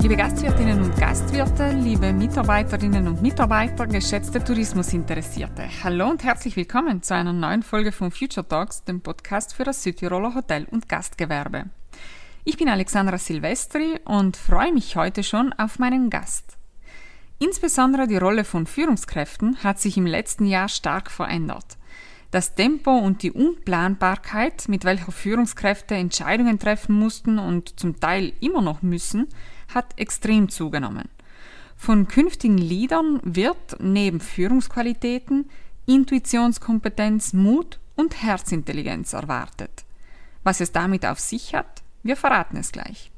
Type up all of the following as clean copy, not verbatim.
Liebe Gastwirtinnen und Gastwirte, liebe Mitarbeiterinnen und Mitarbeiter, geschätzte Tourismusinteressierte. Hallo und herzlich willkommen zu einer neuen Folge von Future Talks, dem Podcast für das Südtiroler Hotel- und Gastgewerbe. Ich bin Alexandra Silvestri und freue mich heute schon auf meinen Gast. Insbesondere die Rolle von Führungskräften hat sich im letzten Jahr stark verändert. Das Tempo und die Unplanbarkeit, mit welcher Führungskräfte Entscheidungen treffen mussten und zum Teil immer noch müssen, hat extrem zugenommen. Von künftigen Leadern wird neben Führungsqualitäten Intuitionskompetenz, Mut und Herzintelligenz erwartet. Was es damit auf sich hat, wir verraten es gleich.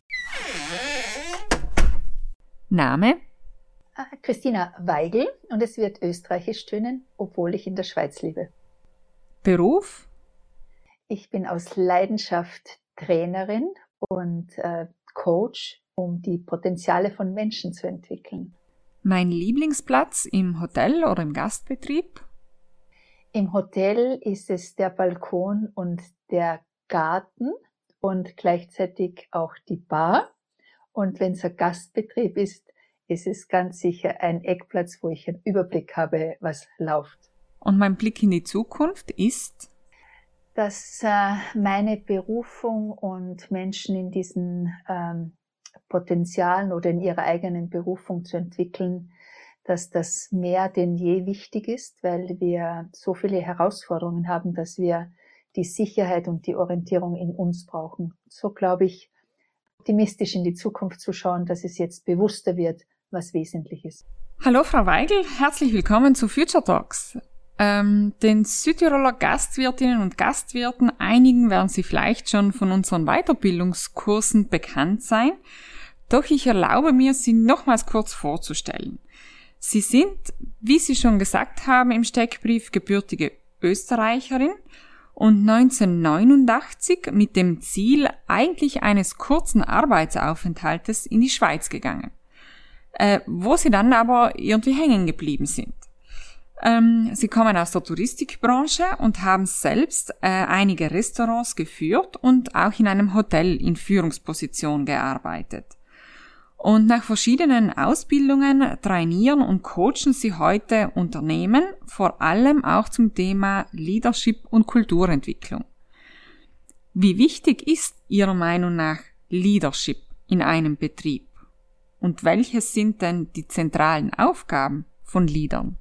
Name? Christina Weigl, und es wird österreichisch tönen, obwohl ich in der Schweiz lebe. Beruf? Ich bin aus Leidenschaft Trainerin und Coach, um die Potenziale von Menschen zu entwickeln. Mein Lieblingsplatz im Hotel oder im Gastbetrieb? Im Hotel ist es der Balkon und der Garten und gleichzeitig auch die Bar. Und wenn es ein Gastbetrieb ist es ganz sicher ein Eckplatz, wo ich einen Überblick habe, was läuft. Und mein Blick in die Zukunft ist? Dass meine Berufung und Menschen in diesen Potenzialen oder in ihrer eigenen Berufung zu entwickeln, dass das mehr denn je wichtig ist, weil wir so viele Herausforderungen haben, dass wir die Sicherheit und die Orientierung in uns brauchen. So glaube ich, optimistisch in die Zukunft zu schauen, dass es jetzt bewusster wird, was wesentlich ist. Hallo Frau Weigl, herzlich willkommen zu Future Talks. Den Südtiroler Gastwirtinnen und Gastwirten, einigen werden Sie vielleicht schon von unseren Weiterbildungskursen bekannt sein, doch ich erlaube mir, Sie nochmals kurz vorzustellen. Sie sind, wie Sie schon gesagt haben im Steckbrief, gebürtige Österreicherin und 1989 mit dem Ziel eigentlich eines kurzen Arbeitsaufenthaltes in die Schweiz gegangen, wo Sie dann aber irgendwie hängen geblieben sind. Sie kommen aus der Touristikbranche und haben selbst einige Restaurants geführt und auch in einem Hotel in Führungsposition gearbeitet. Und nach verschiedenen Ausbildungen trainieren und coachen Sie heute Unternehmen, vor allem auch zum Thema Leadership und Kulturentwicklung. Wie wichtig ist Ihrer Meinung nach Leadership in einem Betrieb? Und welche sind denn die zentralen Aufgaben von Leadern?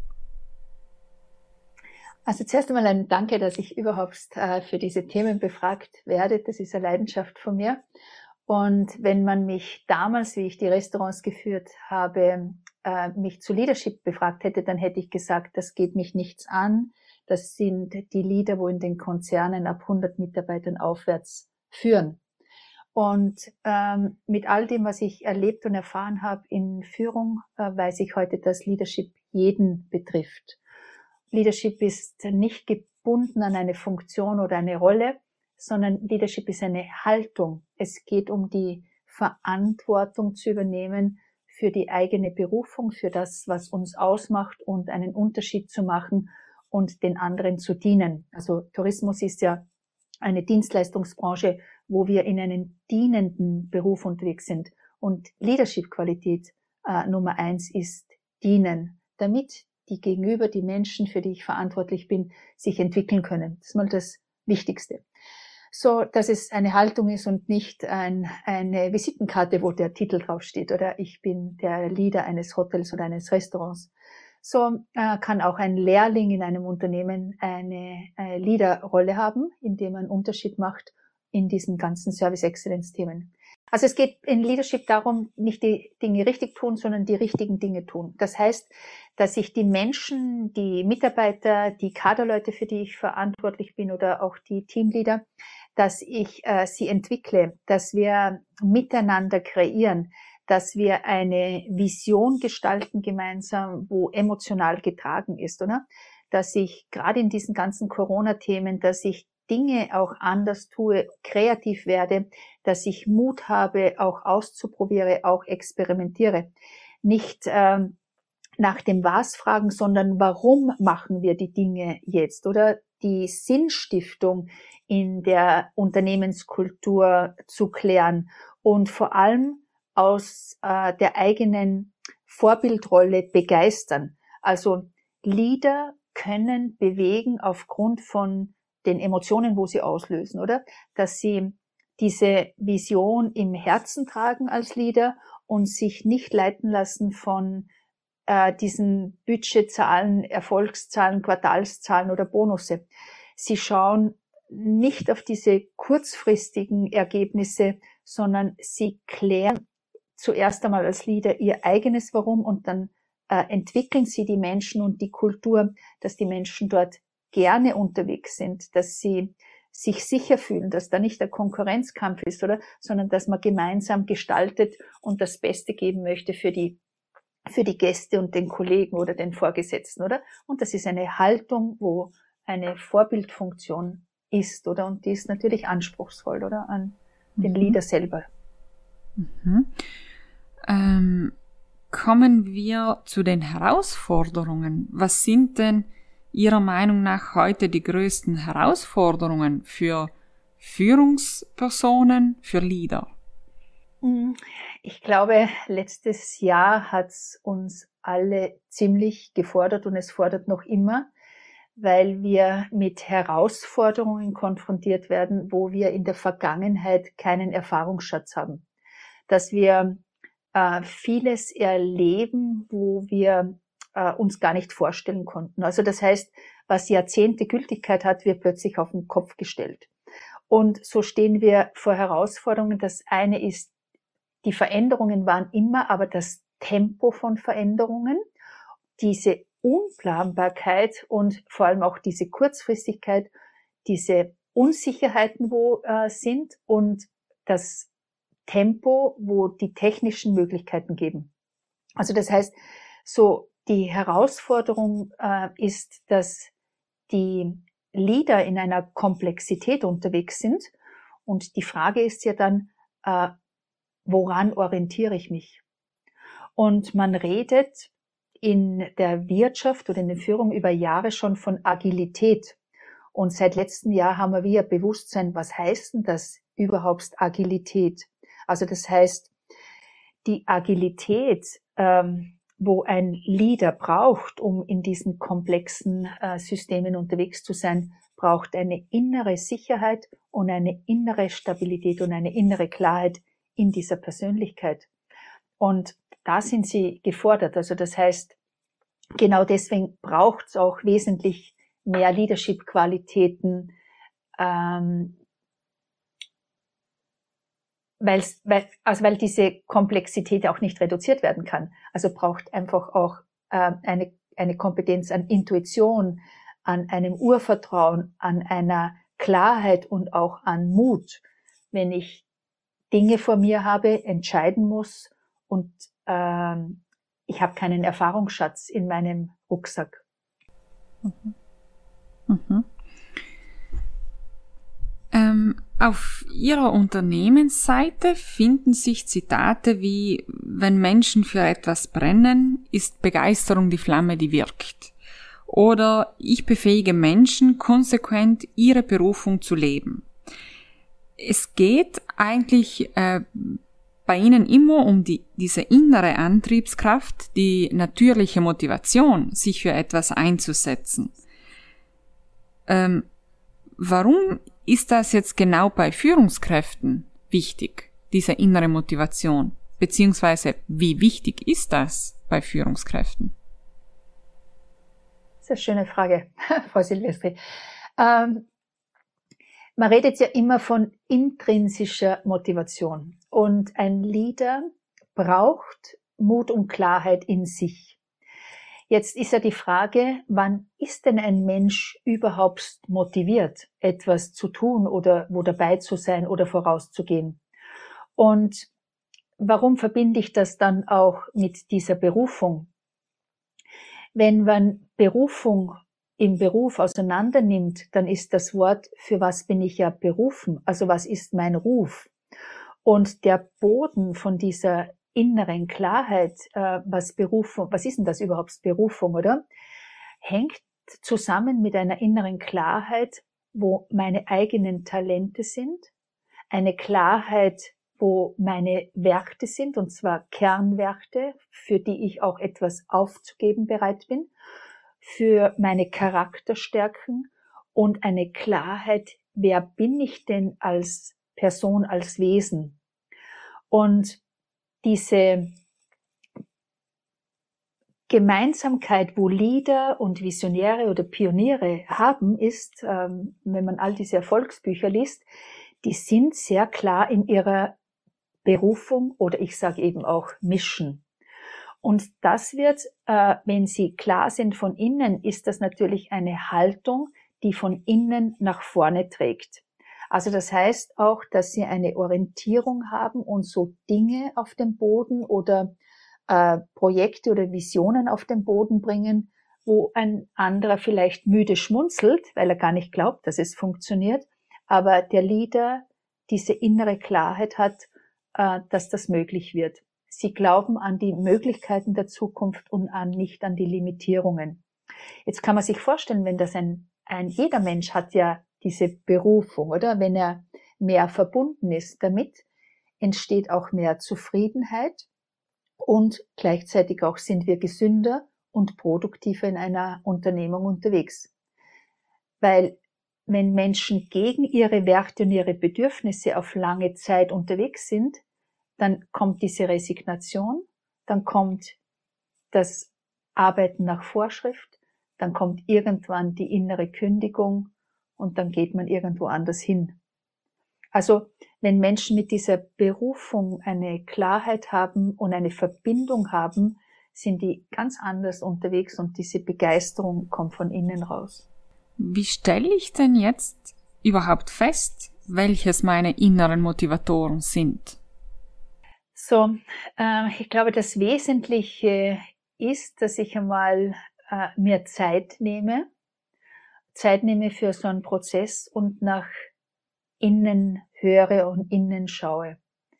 Also zuerst einmal ein Danke, dass ich überhaupt für diese Themen befragt werde. Das ist eine Leidenschaft von mir. Und wenn man mich damals, wie ich die Restaurants geführt habe, mich zu Leadership befragt hätte, dann hätte ich gesagt, das geht mich nichts an. Das sind die Leader, wo in den Konzernen ab 100 Mitarbeitern aufwärts führen. Und mit all dem, was ich erlebt und erfahren habe in Führung, weiß ich heute, dass Leadership jeden betrifft. Leadership ist nicht gebunden an eine Funktion oder eine Rolle, sondern Leadership ist eine Haltung. Es geht um die Verantwortung zu übernehmen für die eigene Berufung, für das, was uns ausmacht und einen Unterschied zu machen und den anderen zu dienen. Also Tourismus ist ja eine Dienstleistungsbranche, wo wir in einem dienenden Beruf unterwegs sind. Und Leadership-Qualität Nummer 1 ist dienen, damit die Gegenüber, die Menschen, für die ich verantwortlich bin, sich entwickeln können. Das ist mal das Wichtigste. So, dass es eine Haltung ist und nicht eine Visitenkarte, wo der Titel draufsteht oder ich bin der Leader eines Hotels oder eines Restaurants. So kann auch ein Lehrling in einem Unternehmen eine Leaderrolle haben, indem man einen Unterschied macht in diesen ganzen Service-Excellence-Themen. Also es geht in Leadership darum, nicht die Dinge richtig tun, sondern die richtigen Dinge tun. Das heißt, dass ich die Menschen, die Mitarbeiter, die Kaderleute, für die ich verantwortlich bin oder auch die Teamleader, dass ich sie entwickle, dass wir miteinander kreieren, dass wir eine Vision gestalten gemeinsam, wo emotional getragen ist, oder? Dass ich gerade in diesen ganzen Corona-Themen, dass ich Dinge auch anders tue, kreativ werde, dass ich Mut habe, auch auszuprobiere, auch experimentiere. Nicht nach dem Was fragen, sondern warum machen wir die Dinge jetzt? Oder die Sinnstiftung in der Unternehmenskultur zu klären und vor allem aus der eigenen Vorbildrolle begeistern. Also Lieder können bewegen aufgrund von den Emotionen, wo sie auslösen, oder? Dass sie diese Vision im Herzen tragen als Leader und sich nicht leiten lassen von diesen Budgetzahlen, Erfolgszahlen, Quartalszahlen oder Bonusse. Sie schauen nicht auf diese kurzfristigen Ergebnisse, sondern sie klären zuerst einmal als Leader ihr eigenes Warum und dann entwickeln sie die Menschen und die Kultur, dass die Menschen dort gerne unterwegs sind, dass sie sich sicher fühlen, dass da nicht der Konkurrenzkampf ist, oder, sondern dass man gemeinsam gestaltet und das Beste geben möchte für die Gäste und den Kollegen oder den Vorgesetzten, oder? Und das ist eine Haltung, wo eine Vorbildfunktion ist, oder? Und die ist natürlich anspruchsvoll, oder? An den Leader selber. Kommen wir zu den Herausforderungen. Was sind denn Ihrer Meinung nach heute die größten Herausforderungen für Führungspersonen, für Leader? Ich glaube, letztes Jahr hat's uns alle ziemlich gefordert und es fordert noch immer, weil wir mit Herausforderungen konfrontiert werden, wo wir in der Vergangenheit keinen Erfahrungsschatz haben. Dass wir vieles erleben, wo wir uns gar nicht vorstellen konnten. Also das heißt, was Jahrzehnte Gültigkeit hat, wird plötzlich auf den Kopf gestellt. Und so stehen wir vor Herausforderungen. Das eine ist, die Veränderungen waren immer, aber das Tempo von Veränderungen, diese Unplanbarkeit und vor allem auch diese Kurzfristigkeit, diese Unsicherheiten, wo sind und das Tempo, wo die technischen Möglichkeiten geben. Also das heißt, so die Herausforderung ist, dass die Leader in einer Komplexität unterwegs sind und die Frage ist ja dann, woran orientiere ich mich? Und man redet in der Wirtschaft oder in der Führung über Jahre schon von Agilität. Und seit letztem Jahr haben wir wieder Bewusstsein, was heißt denn das überhaupt Agilität? Also das heißt, die Agilität, wo ein Leader braucht, um in diesen komplexen Systemen unterwegs zu sein, braucht eine innere Sicherheit und eine innere Stabilität und eine innere Klarheit in dieser Persönlichkeit. Und da sind sie gefordert. Also das heißt, genau deswegen braucht es auch wesentlich mehr Leadership-Qualitäten, weil diese Komplexität auch nicht reduziert werden kann. Also braucht einfach auch eine Kompetenz an Intuition, an einem Urvertrauen, an einer Klarheit und auch an Mut, wenn ich Dinge vor mir habe, entscheiden muss und ich habe keinen Erfahrungsschatz in meinem Rucksack. Auf Ihrer Unternehmensseite finden sich Zitate wie: Wenn Menschen für etwas brennen, ist Begeisterung die Flamme, die wirkt. Oder ich befähige Menschen, konsequent ihre Berufung zu leben. Es geht eigentlich bei Ihnen immer um diese innere Antriebskraft, die natürliche Motivation, sich für etwas einzusetzen. Warum ist das jetzt genau bei Führungskräften wichtig, diese innere Motivation? Beziehungsweise, wie wichtig ist das bei Führungskräften? Das ist eine schöne Frage, Frau Silvestri. Man redet ja immer von intrinsischer Motivation. Und ein Leader braucht Mut und Klarheit in sich. Jetzt ist ja die Frage, wann ist denn ein Mensch überhaupt motiviert, etwas zu tun oder wo dabei zu sein oder vorauszugehen? Und warum verbinde ich das dann auch mit dieser Berufung? Wenn man Berufung im Beruf auseinander nimmt, dann ist das Wort, für was bin ich ja berufen? Also was ist mein Ruf? Und der Boden von dieser inneren Klarheit, was ist denn das überhaupt Berufung, oder? Hängt zusammen mit einer inneren Klarheit, wo meine eigenen Talente sind, eine Klarheit, wo meine Werte sind, und zwar Kernwerte, für die ich auch etwas aufzugeben bereit bin, für meine Charakterstärken und eine Klarheit, wer bin ich denn als Person, als Wesen? Und diese Gemeinsamkeit, wo Leader und Visionäre oder Pioniere haben, ist, wenn man all diese Erfolgsbücher liest, die sind sehr klar in ihrer Berufung oder ich sage eben auch Mission. Und das wird, wenn sie klar sind von innen, ist das natürlich eine Haltung, die von innen nach vorne trägt. Also das heißt auch, dass sie eine Orientierung haben und so Dinge auf den Boden oder Projekte oder Visionen auf den Boden bringen, wo ein anderer vielleicht müde schmunzelt, weil er gar nicht glaubt, dass es funktioniert, aber der Leader diese innere Klarheit hat, dass das möglich wird. Sie glauben an die Möglichkeiten der Zukunft und nicht an die Limitierungen. Jetzt kann man sich vorstellen, wenn das jeder Mensch hat ja diese Berufung, oder? Wenn er mehr verbunden ist damit, entsteht auch mehr Zufriedenheit und gleichzeitig auch sind wir gesünder und produktiver in einer Unternehmung unterwegs. Weil wenn Menschen gegen ihre Werte und ihre Bedürfnisse auf lange Zeit unterwegs sind, dann kommt diese Resignation, dann kommt das Arbeiten nach Vorschrift, dann kommt irgendwann die innere Kündigung und dann geht man irgendwo anders hin. Also wenn Menschen mit dieser Berufung eine Klarheit haben und eine Verbindung haben, sind die ganz anders unterwegs und diese Begeisterung kommt von innen raus. Wie stelle ich denn jetzt überhaupt fest, welches meine inneren Motivatoren sind? So, ich glaube, das Wesentliche ist, dass ich einmal mir Zeit nehme für so einen Prozess und nach innen höre und innen schaue.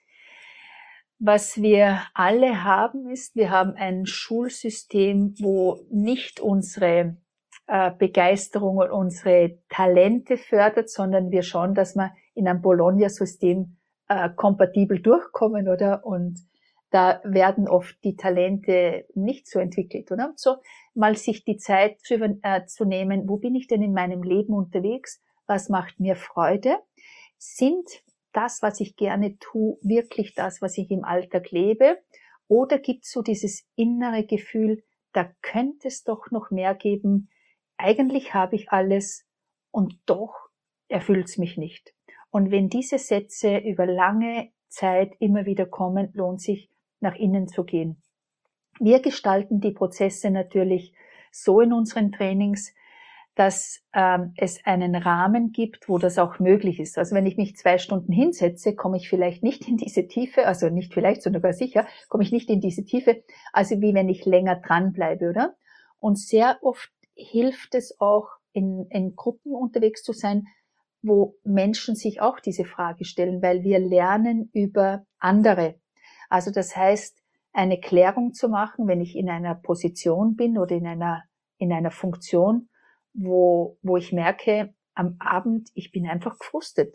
Was wir alle haben, ist, wir haben ein Schulsystem, wo nicht unsere Begeisterung und unsere Talente fördert, sondern wir schauen, dass wir in einem Bologna-System kompatibel durchkommen, oder? Und da werden oft die Talente nicht so entwickelt, oder? So mal sich die Zeit zu nehmen, wo bin ich denn in meinem Leben unterwegs? Was macht mir Freude? Sind das, was ich gerne tue, wirklich das, was ich im Alltag lebe? Oder gibt es so dieses innere Gefühl, da könnte es doch noch mehr geben? Eigentlich habe ich alles und doch erfüllt es mich nicht. Und wenn diese Sätze über lange Zeit immer wieder kommen, lohnt sich, nach innen zu gehen. Wir gestalten die Prozesse natürlich so in unseren Trainings, dass es einen Rahmen gibt, wo das auch möglich ist. Also wenn ich mich 2 Stunden hinsetze, komme ich vielleicht nicht in diese Tiefe, also nicht vielleicht, sondern sogar sicher, komme ich nicht in diese Tiefe, also wie wenn ich länger dranbleibe, oder? Und sehr oft hilft es auch, in Gruppen unterwegs zu sein, wo Menschen sich auch diese Frage stellen, weil wir lernen über andere. Also das heißt, eine Klärung zu machen, wenn ich in einer Position bin oder in einer Funktion, wo ich merke, am Abend, ich bin einfach gefrustet.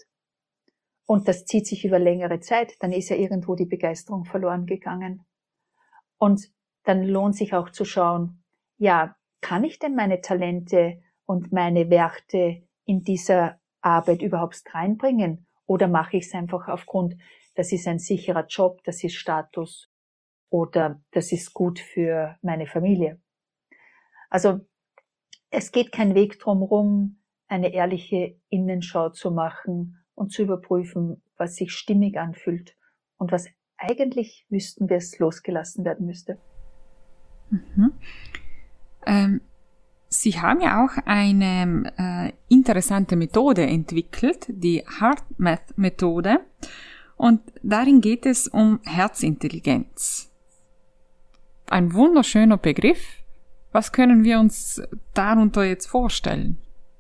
Und das zieht sich über längere Zeit, dann ist ja irgendwo die Begeisterung verloren gegangen. Und dann lohnt sich auch zu schauen, ja, kann ich denn meine Talente und meine Werte in dieser Arbeit überhaupt reinbringen? Oder mache ich es einfach aufgrund, das ist ein sicherer Job, das ist Status oder das ist gut für meine Familie? Also es geht kein Weg drumherum, eine ehrliche Innenschau zu machen und zu überprüfen, was sich stimmig anfühlt und was eigentlich wüssten wir es losgelassen werden müsste. Mhm. Sie haben ja auch eine interessante Methode entwickelt, die HeartMath-Methode, und darin geht es um Herzintelligenz. Ein wunderschöner Begriff. Was können wir uns darunter jetzt vorstellen?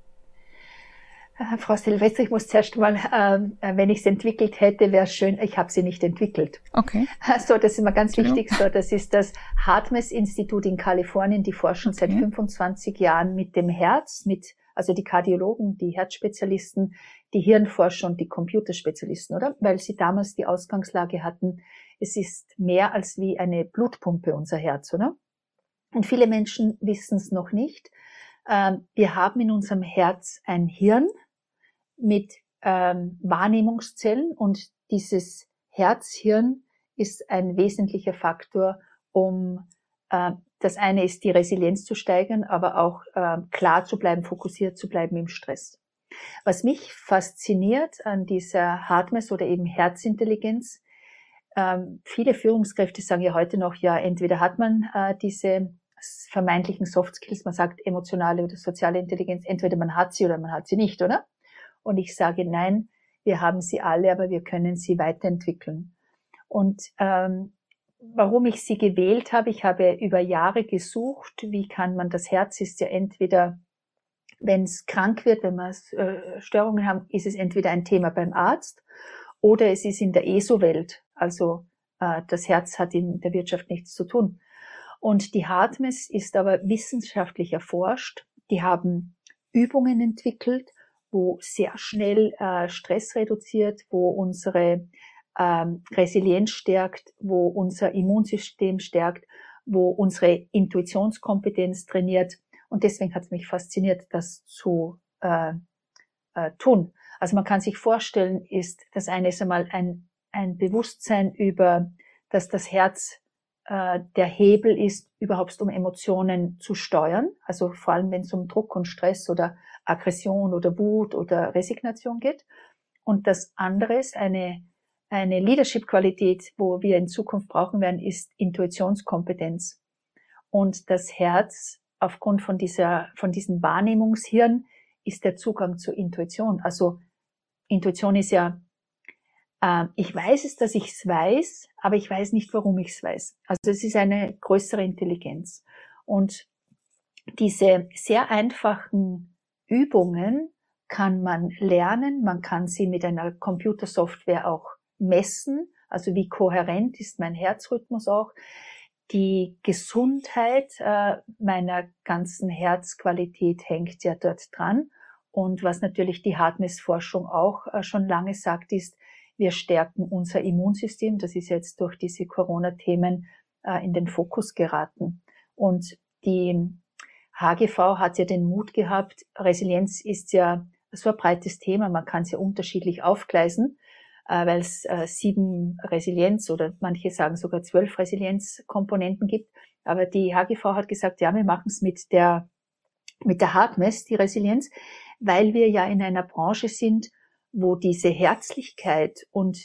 Frau Silvester, ich muss zuerst mal, wenn ich es entwickelt hätte, wäre es schön, ich habe sie nicht entwickelt. Okay. So, das ist mir ganz wichtig. So, das ist das HeartMath-Institut in Kalifornien, die forschen seit 25 Jahren mit dem Herz, mit Also die Kardiologen, die Herzspezialisten, die Hirnforscher und die Computerspezialisten, oder? Weil sie damals die Ausgangslage hatten, es ist mehr als wie eine Blutpumpe, unser Herz, oder? Und viele Menschen wissen es noch nicht. Wir haben in unserem Herz ein Hirn mit Wahrnehmungszellen und dieses Herzhirn ist ein wesentlicher Faktor, um das eine ist die Resilienz zu steigern, aber auch klar zu bleiben, fokussiert zu bleiben im Stress. Was mich fasziniert an dieser Hardness oder eben Herzintelligenz, viele Führungskräfte sagen ja heute noch, ja, entweder hat man diese vermeintlichen Soft Skills, man sagt emotionale oder soziale Intelligenz, entweder man hat sie oder man hat sie nicht, oder? Und ich sage, nein, wir haben sie alle, aber wir können sie weiterentwickeln. Und warum ich sie gewählt habe, ich habe über Jahre gesucht, wie kann man, das Herz ist ja entweder, wenn es krank wird, wenn wir Störungen haben, ist es entweder ein Thema beim Arzt oder es ist in der ESO-Welt, also das Herz hat in der Wirtschaft nichts zu tun. Und die HeartMath ist aber wissenschaftlich erforscht. Die haben Übungen entwickelt, wo sehr schnell Stress reduziert, wo unsere Resilienz stärkt, wo unser Immunsystem stärkt, wo unsere Intuitionskompetenz trainiert. Und deswegen hat es mich fasziniert, das zu tun. Also man kann sich vorstellen, ist das eine ist einmal ein Bewusstsein über, dass das Herz der Hebel ist, überhaupt um Emotionen zu steuern. Also vor allem, wenn es um Druck und Stress oder Aggression oder Wut oder Resignation geht. Und das andere ist eine Leadership-Qualität, wo wir in Zukunft brauchen werden, ist Intuitionskompetenz. Und das Herz, aufgrund von diesem Wahrnehmungshirn, ist der Zugang zur Intuition. Also Intuition ist ja, ich weiß es, dass ich es weiß, aber ich weiß nicht, warum ich es weiß. Also es ist eine größere Intelligenz. Und diese sehr einfachen Übungen kann man lernen, man kann sie mit einer Computersoftware auch messen, also wie kohärent ist mein Herzrhythmus auch. Die Gesundheit meiner ganzen Herzqualität hängt ja dort dran. Und was natürlich die HeartMath-Forschung auch schon lange sagt, ist, wir stärken unser Immunsystem. Das ist jetzt durch diese Corona-Themen in den Fokus geraten. Und die HGV hat ja den Mut gehabt, Resilienz ist ja so ein breites Thema, man kann es ja unterschiedlich aufgleisen, weil es 7 Resilienz oder manche sagen sogar 12 Resilienzkomponenten gibt. Aber die HGV hat gesagt, ja, wir machen es mit der HeartMath, die Resilienz, weil wir ja in einer Branche sind, wo diese Herzlichkeit und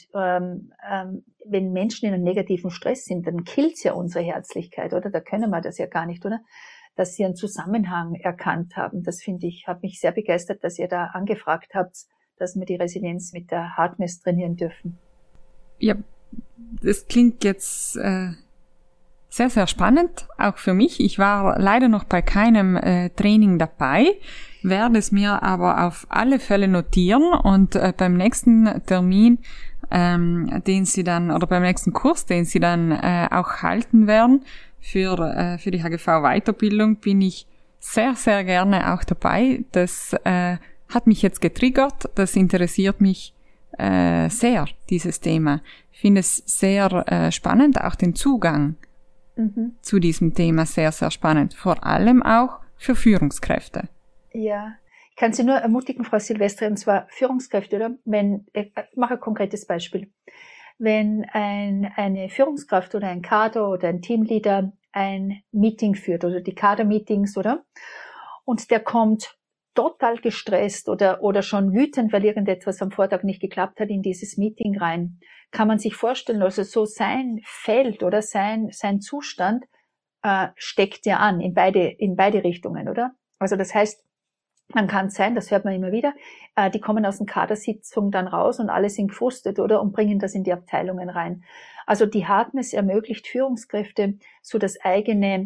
wenn Menschen in einem negativen Stress sind, dann killt ja unsere Herzlichkeit, oder? Da können wir das ja gar nicht, oder? Dass sie einen Zusammenhang erkannt haben. Das finde ich, hat mich sehr begeistert, dass ihr da angefragt habt, dass wir die Resilienz mit der HeartMath trainieren dürfen. Ja, das klingt jetzt sehr, sehr spannend, auch für mich. Ich war leider noch bei keinem Training dabei, werde es mir aber auf alle Fälle notieren und beim nächsten Termin, den Sie dann, oder beim nächsten Kurs, den Sie dann auch halten werden, für die HGV-Weiterbildung, bin ich sehr, sehr gerne auch dabei. Das hat mich jetzt getriggert, das interessiert mich sehr, dieses Thema. Ich finde es sehr spannend, auch den Zugang zu diesem Thema sehr, sehr spannend. Vor allem auch für Führungskräfte. Ja, ich kann Sie nur ermutigen, Frau Silvestre, und zwar Führungskräfte, oder? Ich mache ein konkretes Beispiel. Wenn eine Führungskraft oder ein Kader oder ein Teamleader ein Meeting führt oder die Kadermeetings, oder? Und der kommt total gestresst oder schon wütend, weil irgendetwas am Vortag nicht geklappt hat, in dieses Meeting rein. Kann man sich vorstellen, also so sein Feld oder sein Zustand steckt ja an in beide Richtungen, oder? Also das heißt, man kann sein, das hört man immer wieder, die kommen aus den Kadersitzungen dann raus und alle sind gefrustet, oder? Und bringen das in die Abteilungen rein. Also die HeartMath ermöglicht Führungskräfte so die eigene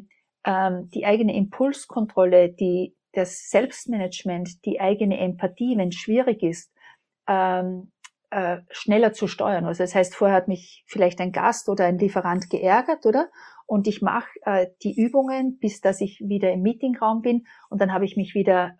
Impulskontrolle, das Selbstmanagement, die eigene Empathie, wenn es schwierig ist, schneller zu steuern. Also das heißt, vorher hat mich vielleicht ein Gast oder ein Lieferant geärgert, oder? Und ich mache die Übungen, bis dass ich wieder im Meetingraum bin, und dann habe ich mich wieder,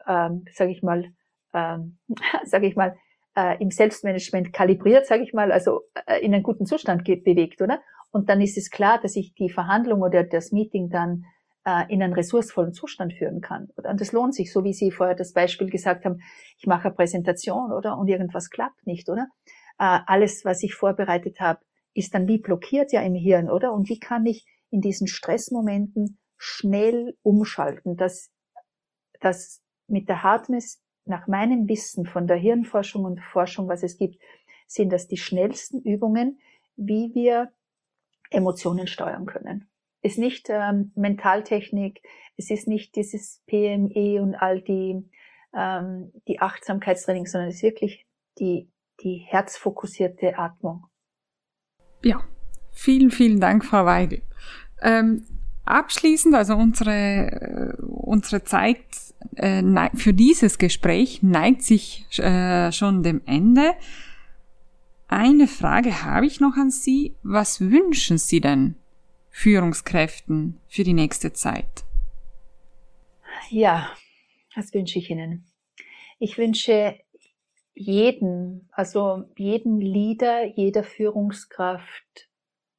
im Selbstmanagement kalibriert, also in einen guten Zustand bewegt, oder? Und dann ist es klar, dass ich die Verhandlung oder das Meeting dann in einen ressourcevollen Zustand führen kann. Und das lohnt sich, so wie Sie vorher das Beispiel gesagt haben, ich mache eine Präsentation, oder? Und irgendwas klappt nicht, oder? Alles, was ich vorbereitet habe, ist dann wie blockiert ja im Hirn, oder? Und wie kann ich in diesen Stressmomenten schnell umschalten, dass mit der Hardness, nach meinem Wissen von der Hirnforschung und Forschung, was es gibt, sind das die schnellsten Übungen, wie wir Emotionen steuern können. Es ist nicht Mentaltechnik, es ist nicht dieses PME und all die Achtsamkeitstraining, sondern es ist wirklich die herzfokussierte Atmung. Ja, vielen, vielen Dank, Frau Weigel. Abschließend, also unsere Zeit für dieses Gespräch neigt sich schon dem Ende. Eine Frage habe ich noch an Sie. Was wünschen Sie denn Führungskräften für die nächste Zeit? Ja, was wünsche ich Ihnen? Ich wünsche jedem Leader, jeder Führungskraft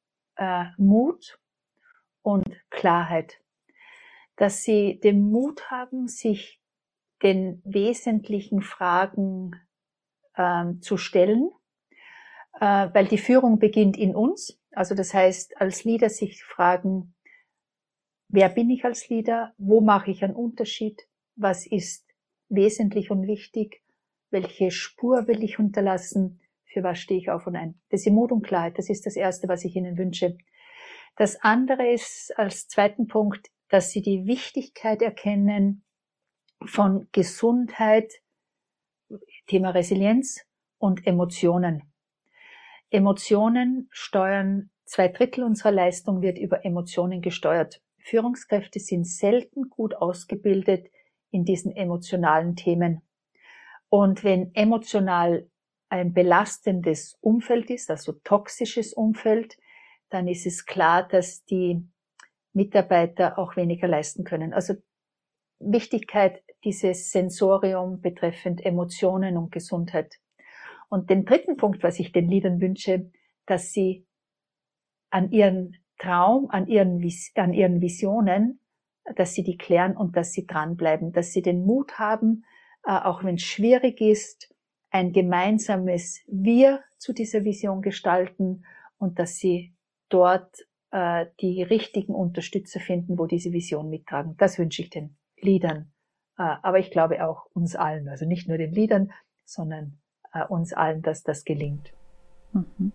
Mut und Klarheit, dass sie den Mut haben, sich den wesentlichen Fragen zu stellen, weil die Führung beginnt in uns. Also das heißt, als Leader sich fragen, wer bin ich als Leader, wo mache ich einen Unterschied, was ist wesentlich und wichtig, welche Spur will ich hinterlassen, für was stehe ich auf und ein. Das ist Mut und Klarheit, das ist das Erste, was ich Ihnen wünsche. Das andere ist als zweiten Punkt, dass Sie die Wichtigkeit erkennen von Gesundheit, Thema Resilienz und Emotionen. Emotionen steuern, 2/3 unserer Leistung wird über Emotionen gesteuert. Führungskräfte sind selten gut ausgebildet in diesen emotionalen Themen. Und wenn emotional ein belastendes Umfeld ist, also toxisches Umfeld, dann ist es klar, dass die Mitarbeiter auch weniger leisten können. Also Wichtigkeit dieses Sensorium betreffend Emotionen und Gesundheit. Und den dritten Punkt, was ich den Leadern wünsche, dass sie an ihren Traum, an ihren Visionen, dass sie die klären und dass sie dranbleiben, dass sie den Mut haben, auch wenn es schwierig ist, ein gemeinsames Wir zu dieser Vision gestalten und dass sie dort die richtigen Unterstützer finden, wo diese Vision mittragen. Das wünsche ich den Leadern, aber ich glaube auch uns allen, also nicht nur den Leadern, sondern uns allen, dass das gelingt. Mhm.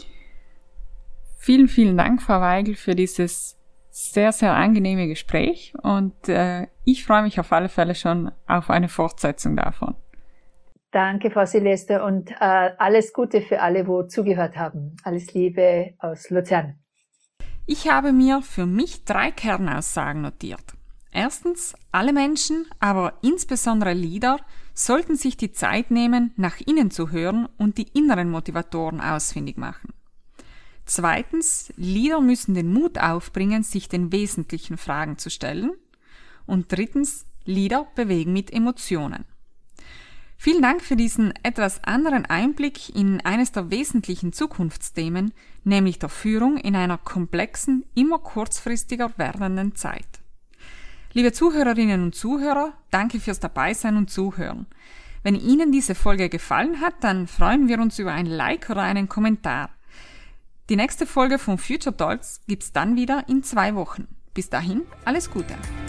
Vielen, vielen Dank, Frau Weigel, für dieses sehr, sehr angenehme Gespräch und ich freue mich auf alle Fälle schon auf eine Fortsetzung davon. Danke, Frau Silvester, und alles Gute für alle, wo zugehört haben. Alles Liebe aus Luzern. Ich habe mir für mich 3 Kernaussagen notiert. Erstens, alle Menschen, aber insbesondere Leader, sollten sich die Zeit nehmen, nach innen zu hören und die inneren Motivatoren ausfindig machen. Zweitens, Leader müssen den Mut aufbringen, sich den wesentlichen Fragen zu stellen. Und drittens, Leader bewegen mit Emotionen. Vielen Dank für diesen etwas anderen Einblick in eines der wesentlichen Zukunftsthemen, nämlich der Führung in einer komplexen, immer kurzfristiger werdenden Zeit. Liebe Zuhörerinnen und Zuhörer, danke fürs Dabeisein und Zuhören. Wenn Ihnen diese Folge gefallen hat, dann freuen wir uns über ein Like oder einen Kommentar. Die nächste Folge von Future Talks gibt's dann wieder in 2 Wochen. Bis dahin, alles Gute!